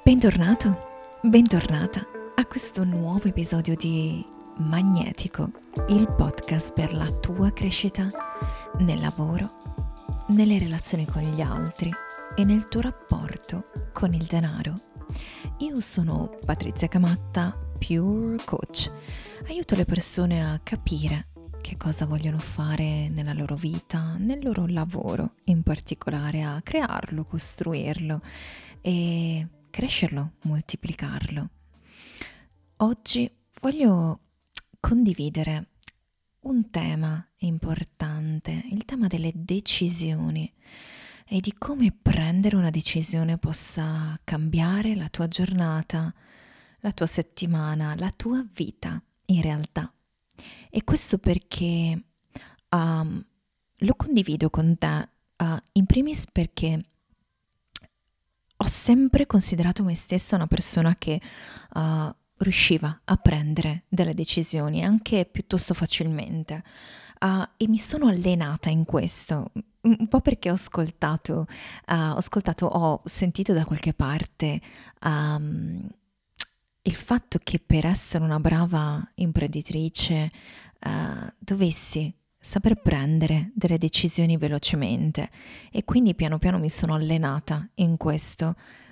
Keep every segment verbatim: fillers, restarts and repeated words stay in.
Bentornato, bentornata a questo nuovo episodio di Magnetico, il podcast per la tua crescita nel lavoro, nelle relazioni con gli altri e nel tuo rapporto con il denaro. Io sono Patrizia Camatta, Pure Coach. Aiuto le persone a capire che cosa vogliono fare nella loro vita, nel loro lavoro, in particolare a crearlo, costruirlo e crescerlo, moltiplicarlo. Oggi voglio condividere un tema importante, il tema delle decisioni e di come prendere una decisione possa cambiare la tua giornata, la tua settimana, la tua vita in realtà. E questo perché um, lo condivido con te, uh, in primis perché ho sempre considerato me stessa una persona che uh, riusciva a prendere delle decisioni anche piuttosto facilmente uh, e mi sono allenata in questo, un po' perché ho ascoltato, uh, ho ascoltato, ho sentito da qualche parte um, il fatto che per essere una brava imprenditrice uh, dovessi saper prendere delle decisioni velocemente e quindi piano piano mi sono allenata in questo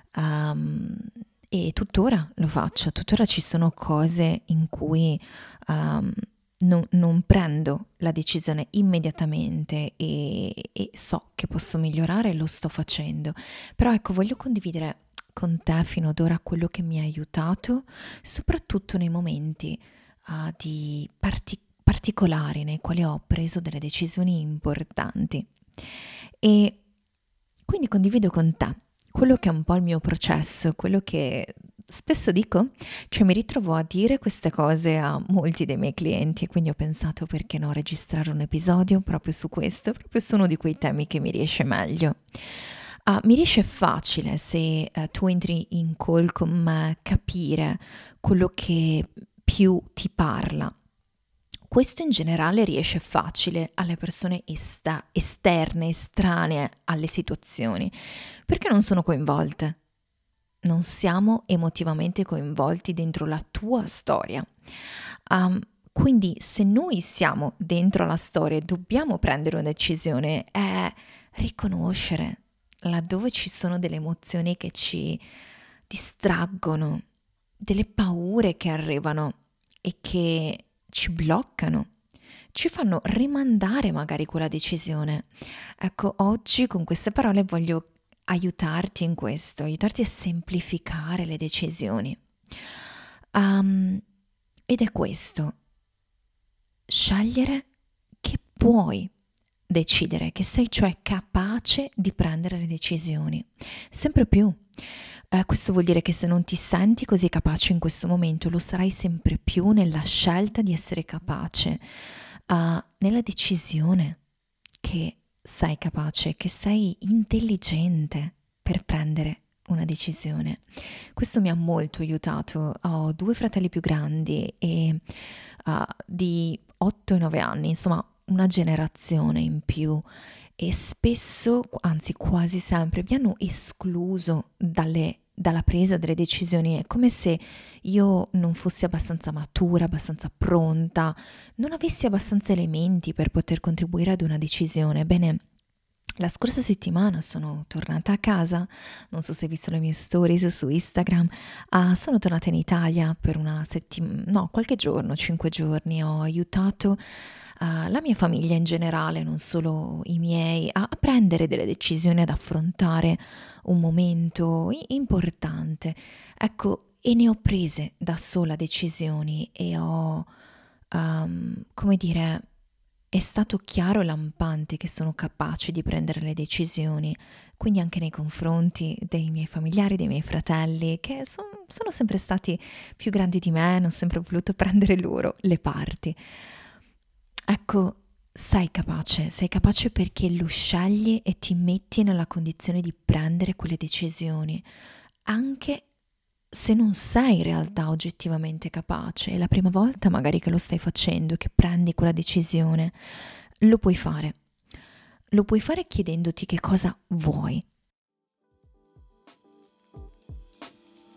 um, e tuttora lo faccio, tuttora ci sono cose in cui um, non, non prendo la decisione immediatamente e, e so che posso migliorare e lo sto facendo, però ecco, voglio condividere con te fino ad ora quello che mi ha aiutato, soprattutto nei momenti uh, di parti- particolari nei quali ho preso delle decisioni importanti. E quindi condivido con te quello che è un po' il mio processo, quello che spesso dico, cioè mi ritrovo a dire queste cose a molti dei miei clienti e quindi ho pensato perché no registrare un episodio proprio su questo, proprio su uno di quei temi che mi riesce meglio. Uh, mi riesce facile se uh, tu entri in call con me capire quello che più ti parla. Questo in generale riesce facile alle persone esta- esterne, estranee alle situazioni, perché non sono coinvolte. Non siamo emotivamente coinvolti dentro la tua storia. Um, quindi se noi siamo dentro la storia e dobbiamo prendere una decisione, è riconoscere laddove ci sono delle emozioni che ci distraggono, delle paure che arrivano e che ci bloccano, ci fanno rimandare magari quella decisione. Ecco, oggi con queste parole voglio aiutarti in questo, aiutarti a semplificare le decisioni. Um, ed è questo, scegliere che puoi decidere, che sei cioè capace di prendere le decisioni, sempre più. Eh, questo vuol dire che se non ti senti così capace in questo momento, lo sarai sempre più nella scelta di essere capace, uh, nella decisione che sei capace, che sei intelligente per prendere una decisione. Questo mi ha molto aiutato. Ho due fratelli più grandi e uh, di otto e nove anni, insomma una generazione in più, e spesso, anzi quasi sempre, mi hanno escluso dalle, dalla presa delle decisioni. È come se io non fossi abbastanza matura, abbastanza pronta, non avessi abbastanza elementi per poter contribuire ad una decisione. Bene, la scorsa settimana sono tornata a casa, non so se hai visto le mie stories su Instagram, uh, sono tornata in Italia per una settimana, no, qualche giorno, cinque giorni, ho aiutato uh, la mia famiglia in generale, non solo i miei, a, a prendere delle decisioni, ad affrontare un momento i- importante. Ecco, e ne ho prese da sola decisioni e ho, um, come dire, è stato chiaro e lampante che sono capace di prendere le decisioni, quindi anche nei confronti dei miei familiari, dei miei fratelli, che son- sono sempre stati più grandi di me, hanno sempre voluto prendere loro le parti. Ecco, sei capace, sei capace perché lo scegli e ti metti nella condizione di prendere quelle decisioni, anche se non sei in realtà oggettivamente capace, è la prima volta magari che lo stai facendo, che prendi quella decisione, lo puoi fare. Lo puoi fare chiedendoti che cosa vuoi.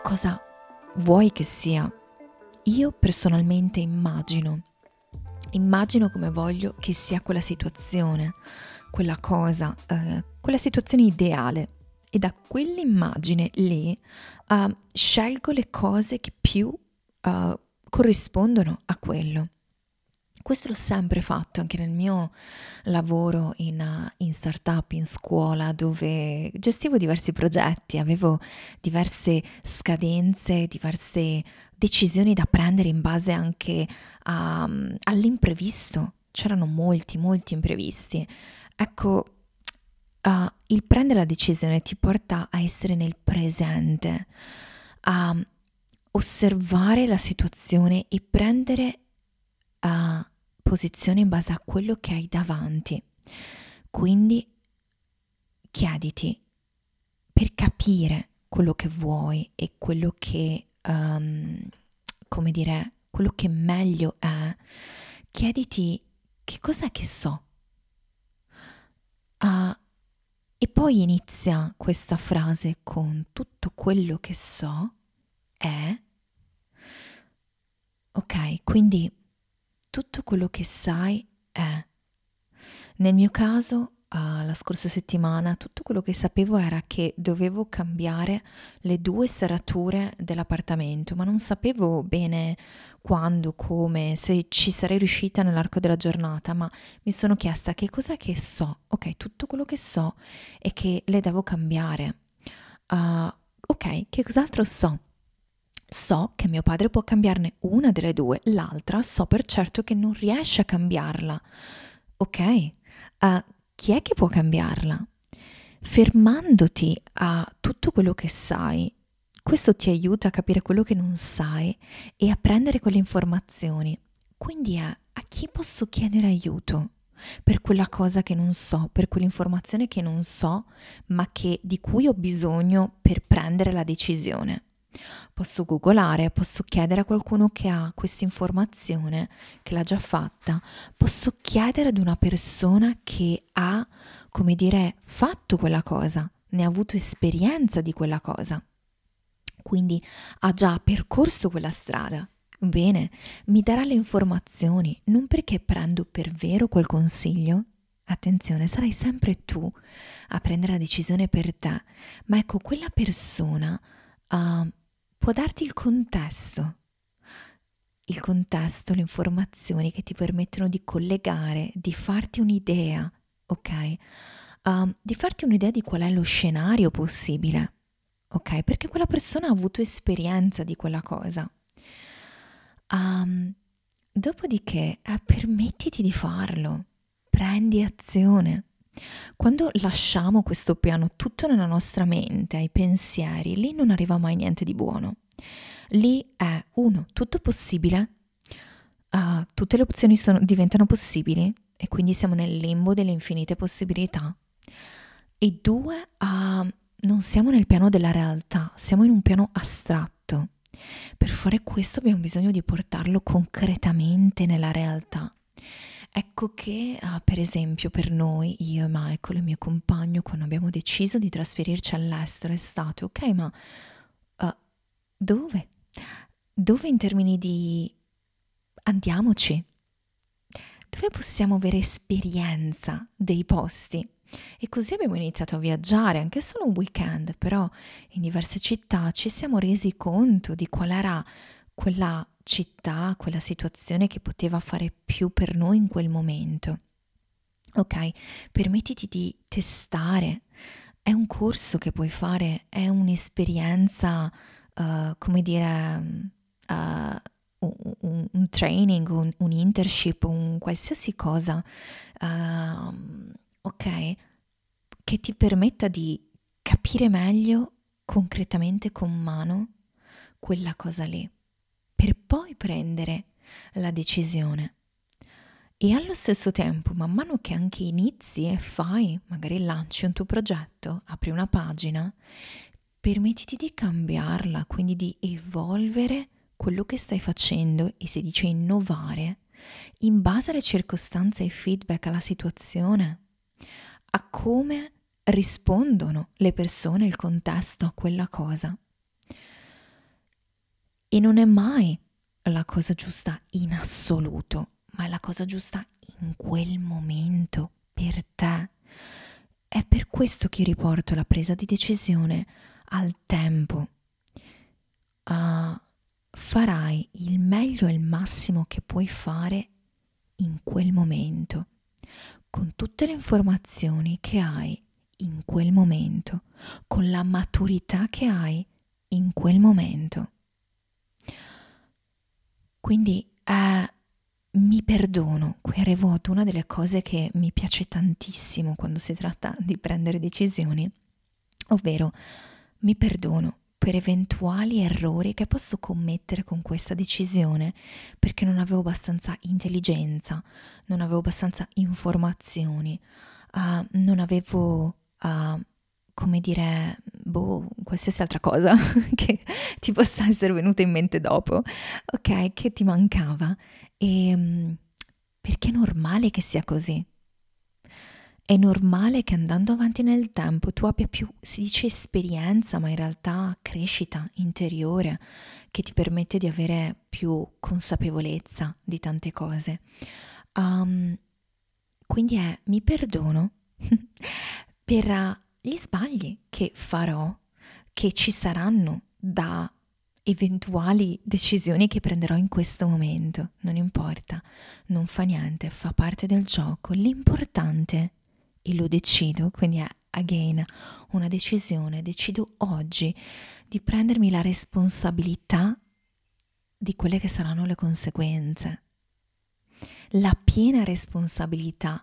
cosa vuoi che sia. Io personalmente immagino, immagino come voglio che sia quella situazione, quella cosa, eh, quella situazione ideale. E da quell'immagine lì uh, scelgo le cose che più uh, corrispondono a quello. Questo l'ho sempre fatto anche nel mio lavoro in, uh, in startup, in scuola, dove gestivo diversi progetti, avevo diverse scadenze, diverse decisioni da prendere in base anche a, um, all'imprevisto. C'erano molti, molti imprevisti. Ecco, Uh, il prendere la decisione ti porta a essere nel presente, a osservare la situazione e prendere uh, posizione in base a quello che hai davanti. Quindi chiediti, per capire quello che vuoi e quello che, um, come dire, quello che meglio è, chiediti che cos'è che so. Uh, E poi inizia questa frase con tutto quello che so è, ok, quindi tutto quello che sai è. Nel mio caso, uh, la scorsa settimana, tutto quello che sapevo era che dovevo cambiare le due serrature dell'appartamento, ma non sapevo bene quando, come, se ci sarei riuscita nell'arco della giornata, ma mi sono chiesta che cos'è che so. Ok, tutto quello che so è che le devo cambiare. Uh, ok, che cos'altro so? So che mio padre può cambiarne una delle due, l'altra so per certo che non riesce a cambiarla. Ok, uh, chi è che può cambiarla? Fermandoti a tutto quello che sai, questo ti aiuta a capire quello che non sai e a prendere quelle informazioni. Quindi è a chi posso chiedere aiuto per quella cosa che non so, per quell'informazione che non so, ma che, di cui ho bisogno per prendere la decisione. Posso googolare, posso chiedere a qualcuno che ha questa informazione, che l'ha già fatta, posso chiedere ad una persona che ha, come dire, fatto quella cosa, ne ha avuto esperienza di quella cosa, quindi ha già percorso quella strada. Bene, mi darà le informazioni, non perché prendo per vero quel consiglio. Attenzione, sarai sempre tu a prendere la decisione per te, ma ecco, quella persona uh, può darti il contesto, il contesto, le informazioni che ti permettono di collegare, di farti un'idea, ok? Uh, di farti un'idea di qual è lo scenario possibile, ok? Perché quella persona ha avuto esperienza di quella cosa. Um, dopodiché, eh, permettiti di farlo, prendi azione. Quando lasciamo questo piano tutto nella nostra mente, ai pensieri, lì non arriva mai niente di buono. Lì è, uno, tutto possibile, uh, tutte le opzioni sono, diventano possibili e quindi siamo nel limbo delle infinite possibilità. E due, uh, non siamo nel piano della realtà, siamo in un piano astratto. Per fare questo abbiamo bisogno di portarlo concretamente nella realtà. Ecco che, uh, per esempio, per noi, io e Michael, il mio compagno, quando abbiamo deciso di trasferirci all'estero, è stato, ok, ma uh, dove? Dove in termini di andiamoci? Dove possiamo avere esperienza dei posti? E così abbiamo iniziato a viaggiare, anche solo un weekend, però in diverse città ci siamo resi conto di qual era quella città, quella situazione che poteva fare più per noi in quel momento. Ok, permettiti di testare. È un corso che puoi fare, è un'esperienza, uh, come dire, uh, un, un, un training, un, un internship, un qualsiasi cosa, uh, ok, che ti permetta di capire meglio, concretamente con mano, quella cosa lì, per poi prendere la decisione. E allo stesso tempo, man mano che anche inizi e fai, magari lanci un tuo progetto, apri una pagina, permettiti di cambiarla, quindi di evolvere quello che stai facendo, e si dice innovare, in base alle circostanze e ai feedback, alla situazione, a come rispondono le persone, il contesto a quella cosa. E non è mai la cosa giusta in assoluto, ma è la cosa giusta in quel momento per te. È per questo che io riporto la presa di decisione al tempo. Uh, farai il meglio e il massimo che puoi fare in quel momento, con tutte le informazioni che hai in quel momento, con la maturità che hai in quel momento. Quindi eh, mi perdono, qui arrivo ad una delle cose che mi piace tantissimo quando si tratta di prendere decisioni, ovvero mi perdono per eventuali errori che posso commettere con questa decisione, perché non avevo abbastanza intelligenza, non avevo abbastanza informazioni, uh, non avevo, uh, come dire, boh, qualsiasi altra cosa che ti possa essere venuta in mente dopo, ok, che ti mancava. E um, perché è normale che sia così. È normale che andando avanti nel tempo tu abbia più, si dice esperienza, ma in realtà crescita interiore che ti permette di avere più consapevolezza di tante cose. Um, quindi è, mi perdono per gli sbagli che farò, che ci saranno da eventuali decisioni che prenderò in questo momento. Non importa, non fa niente, fa parte del gioco. L'importante è e lo decido, quindi è again una decisione, decido oggi di prendermi la responsabilità di quelle che saranno le conseguenze, la piena responsabilità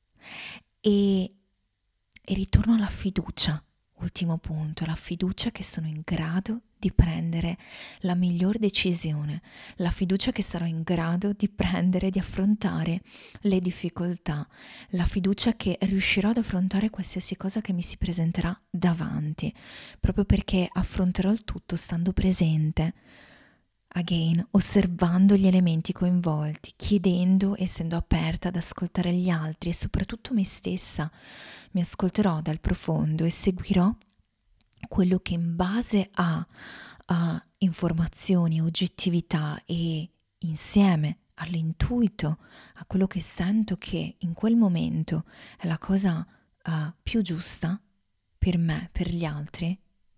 e, e ritorno alla fiducia, ultimo punto, la fiducia che sono in grado di prendere la miglior decisione, la fiducia che sarò in grado di prendere, di affrontare le difficoltà, la fiducia che riuscirò ad affrontare qualsiasi cosa che mi si presenterà davanti, proprio perché affronterò il tutto stando presente, again, osservando gli elementi coinvolti, chiedendo, essendo aperta ad ascoltare gli altri e soprattutto me stessa. Mi ascolterò dal profondo e seguirò quello che in base a, a informazioni, oggettività e insieme all'intuito, a quello che sento che in quel momento è la cosa uh, più giusta per me, per gli altri,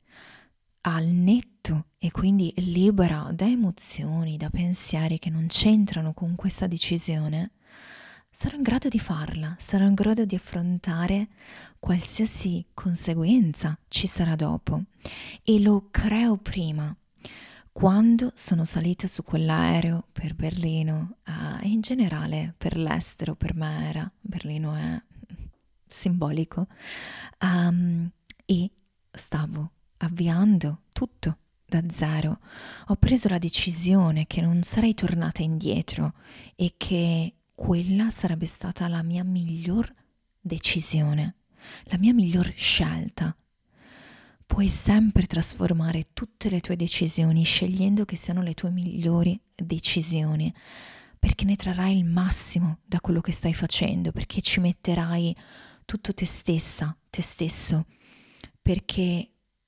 al netto e quindi libera da emozioni, da pensieri che non c'entrano con questa decisione, sarò in grado di farla, sarò in grado di affrontare qualsiasi conseguenza ci sarà dopo e lo creo prima. Quando sono salita su quell'aereo per Berlino uh, e in generale per l'estero, per me era, Berlino è simbolico, um, e stavo avviando tutto da zero, ho preso la decisione che non sarei tornata indietro e che quella sarebbe stata la mia miglior decisione, la mia miglior scelta. Puoi sempre trasformare tutte le tue decisioni scegliendo che siano le tue migliori decisioni, perché ne trarrai il massimo da quello che stai facendo, perché ci metterai tutto te stessa, te stesso, perché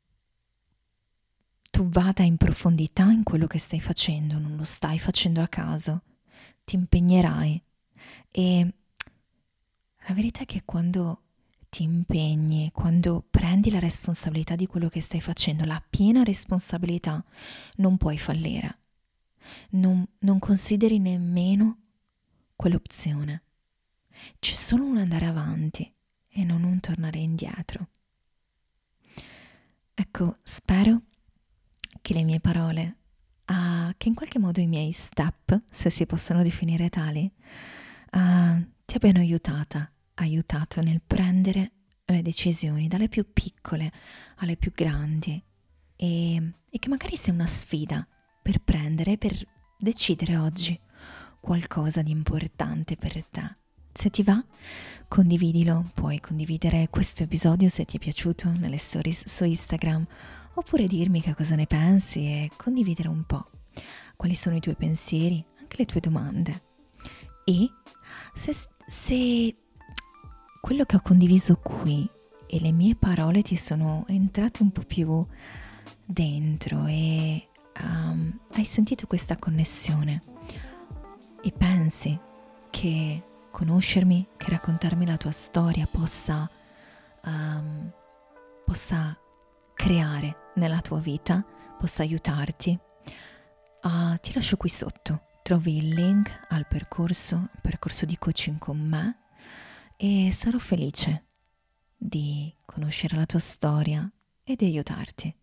tu vada in profondità in quello che stai facendo, non lo stai facendo a caso, ti impegnerai. E la verità è che quando ti impegni, quando prendi la responsabilità di quello che stai facendo, la piena responsabilità, non puoi fallire. Non, non consideri nemmeno quell'opzione. C'è solo un andare avanti e non un tornare indietro. Ecco, spero che le mie parole, uh, che in qualche modo i miei step, se si possono definire tali, uh, ti abbiano aiutata, aiutato nel prendere le decisioni, dalle più piccole alle più grandi, e, e che magari sia una sfida per prendere, per decidere oggi qualcosa di importante per te. Se ti va, condividilo, puoi condividere questo episodio se ti è piaciuto nelle stories su Instagram, oppure dirmi che cosa ne pensi e condividere un po' quali sono i tuoi pensieri, anche le tue domande. E se, se quello che ho condiviso qui e le mie parole ti sono entrate un po' più dentro e um, hai sentito questa connessione e pensi che conoscermi, che raccontarmi la tua storia possa, um, possa creare nella tua vita, possa aiutarti, uh, ti lascio qui sotto. Trovi il link al percorso, percorso di coaching con me, e sarò felice di conoscere la tua storia e di aiutarti.